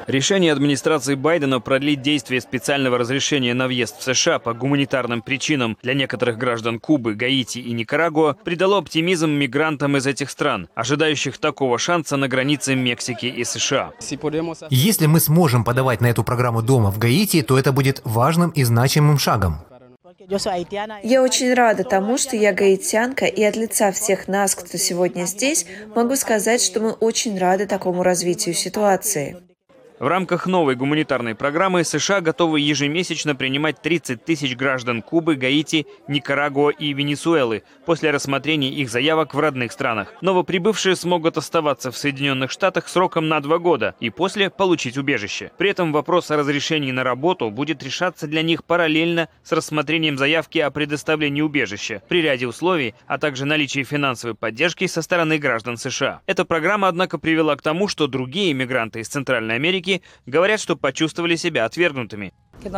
Решение администрации Байдена продлить действие специального разрешения на въезд в США по гуманитарным причинам для некоторых граждан Кубы, Гаити и Никарагуа придало оптимизм мигрантам из этих стран, ожидающих такого шанса на границе Мексики и США. Если мы сможем подавать на эту программу дома в Гаити, то это будет важным и значимым шагом. Я очень рада тому, что я гаитянка, и от лица всех нас, кто сегодня здесь, могу сказать, что мы очень рады такому развитию ситуации. В рамках новой гуманитарной программы США готовы ежемесячно принимать 30 тысяч граждан Кубы, Гаити, Никарагуа и Венесуэлы после рассмотрения их заявок в родных странах. Новоприбывшие смогут оставаться в Соединенных Штатах сроком на 2 года и после получить убежище. При этом вопрос о разрешении на работу будет решаться для них параллельно с рассмотрением заявки о предоставлении убежища при ряде условий, а также наличии финансовой поддержки со стороны граждан США. Эта программа, однако, привела к тому, что другие иммигранты из Центральной Америки говорят, что почувствовали себя отвергнутыми.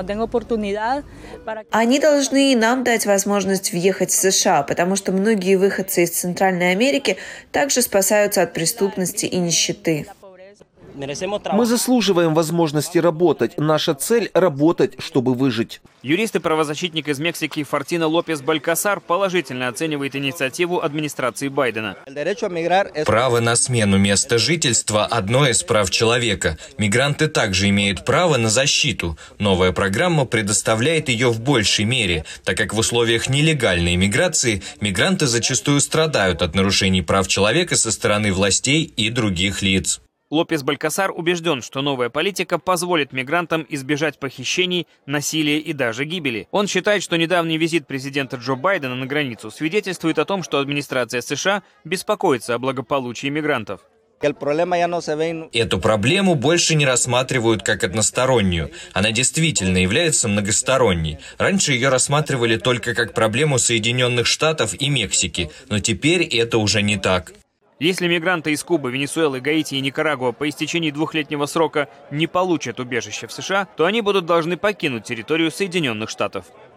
Они должны и нам дать возможность въехать в США, потому что многие выходцы из Центральной Америки также спасаются от преступности и нищеты. Мы заслуживаем возможности работать. Наша цель – работать, чтобы выжить. Юрист и правозащитник из Мексики Фортино Лопес Балькасар положительно оценивает инициативу администрации Байдена. Право на смену места жительства – одно из прав человека. Мигранты также имеют право на защиту. Новая программа предоставляет ее в большей мере, так как в условиях нелегальной миграции мигранты зачастую страдают от нарушений прав человека со стороны властей и других лиц. Лопес Балькасар убежден, что новая политика позволит мигрантам избежать похищений, насилия и даже гибели. Он считает, что недавний визит президента Джо Байдена на границу свидетельствует о том, что администрация США беспокоится о благополучии мигрантов. Эту проблему больше не рассматривают как одностороннюю. Она действительно является многосторонней. Раньше ее рассматривали только как проблему Соединенных Штатов и Мексики, но теперь это уже не так. Если мигранты из Кубы, Венесуэлы, Гаити и Никарагуа по истечении 2-летнего срока не получат убежище в США, то они будут должны покинуть территорию Соединенных Штатов.